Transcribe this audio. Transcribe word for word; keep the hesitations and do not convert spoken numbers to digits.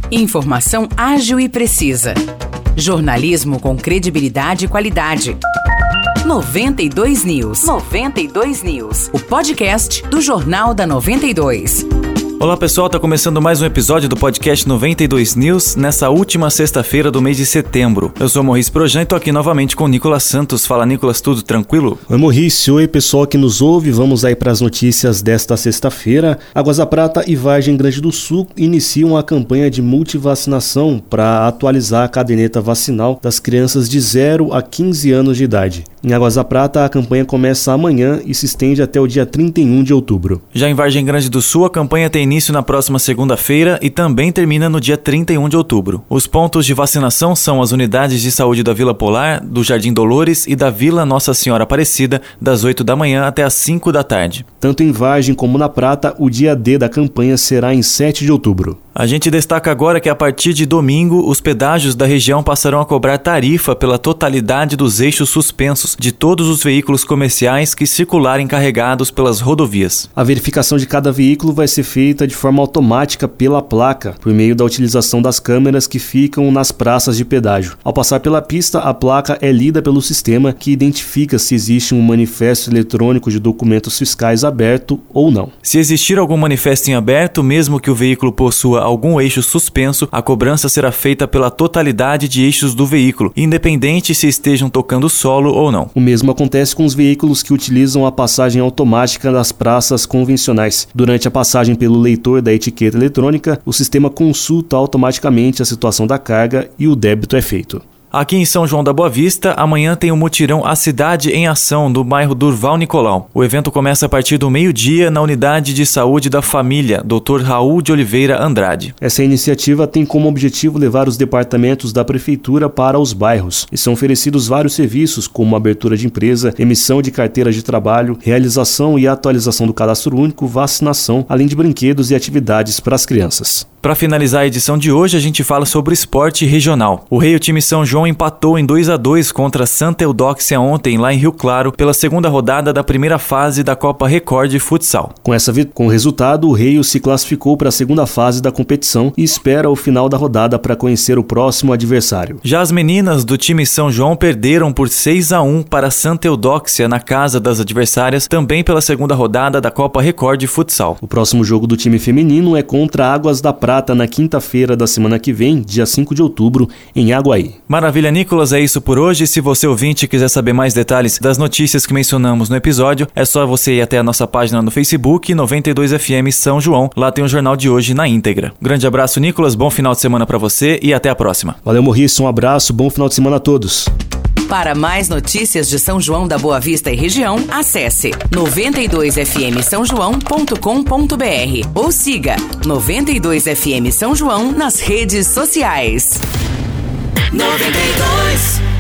Informação ágil e precisa. Jornalismo com credibilidade e qualidade. noventa e dois News. noventa e dois News. O podcast do Jornal da noventa e dois. Olá pessoal, tá começando mais um episódio do podcast noventa e dois News nessa última sexta-feira do mês de setembro. Eu sou o Maurício Projan e tô aqui novamente com o Nicolas Santos. Fala, Nicolas, tudo tranquilo? Oi Maurício, oi pessoal que nos ouve, vamos aí para as notícias desta sexta-feira. Águas da Prata e Vargem Grande do Sul iniciam a campanha de multivacinação para atualizar a caderneta vacinal das crianças de zero a quinze anos de idade. Em Águas da Prata, a campanha começa amanhã e se estende até o dia trinta e um de outubro. Já em Vargem Grande do Sul, a campanha tem início na próxima segunda-feira e também termina no dia trinta e um de outubro. Os pontos de vacinação são as unidades de saúde da Vila Polar, do Jardim Dolores e da Vila Nossa Senhora Aparecida, das oito da manhã até as cinco da tarde. Tanto em Vargem como na Prata, o dia D da campanha será em sete de outubro. A gente destaca agora que a partir de domingo, os pedágios da região passarão a cobrar tarifa pela totalidade dos eixos suspensos de todos os veículos comerciais que circularem carregados pelas rodovias. A verificação de cada veículo vai ser feita de forma automática pela placa, por meio da utilização das câmeras que ficam nas praças de pedágio. Ao passar pela pista, a placa é lida pelo sistema que identifica se existe um manifesto eletrônico de documentos fiscais aberto ou não. Se existir algum manifesto em aberto, mesmo que o veículo possua algum eixo suspenso, a cobrança será feita pela totalidade de eixos do veículo, independente se estejam tocando solo ou não. O mesmo acontece com os veículos que utilizam a passagem automática das praças convencionais. Durante a passagem pelo leitor da etiqueta eletrônica, o sistema consulta automaticamente a situação da carga e o débito é feito. Aqui em São João da Boa Vista, amanhã tem o mutirão A Cidade em Ação, do bairro Durval Nicolau. O evento começa a partir do meio-dia na Unidade de Saúde da Família, doutor Raul de Oliveira Andrade. Essa iniciativa tem como objetivo levar os departamentos da Prefeitura para os bairros. E são oferecidos vários serviços, como abertura de empresa, emissão de carteiras de trabalho, realização e atualização do cadastro único, vacinação, além de brinquedos e atividades para as crianças. Para finalizar a edição de hoje, a gente fala sobre o esporte regional. O Rei, o time São João, empatou em dois a dois contra Santa Eudóxia ontem, lá em Rio Claro, pela segunda rodada da primeira fase da Copa Record Futsal. Com, essa, com o resultado, o Rei se classificou para a segunda fase da competição e espera o final da rodada para conhecer o próximo adversário. Já as meninas do time São João perderam por seis a um para Santa Eudóxia na casa das adversárias, também pela segunda rodada da Copa Record Futsal. O próximo jogo do time feminino é contra Águas da Prata na quinta-feira da semana que vem, dia cinco de outubro, em Aguaí. Maravilha, Nicolas, é isso por hoje. Se você ouvinte quiser saber mais detalhes das notícias que mencionamos no episódio, é só você ir até a nossa página no Facebook, noventa e dois F M São João. Lá tem o jornal de hoje na íntegra. Grande abraço, Nicolas, bom final de semana para você e até a próxima. Valeu, Maurício, um abraço, bom final de semana a todos. Para mais notícias de São João da Boa Vista e região, acesse noventa e dois f m são joão ponto com ponto b r ou siga noventa e dois F M São João nas redes sociais. noventa e dois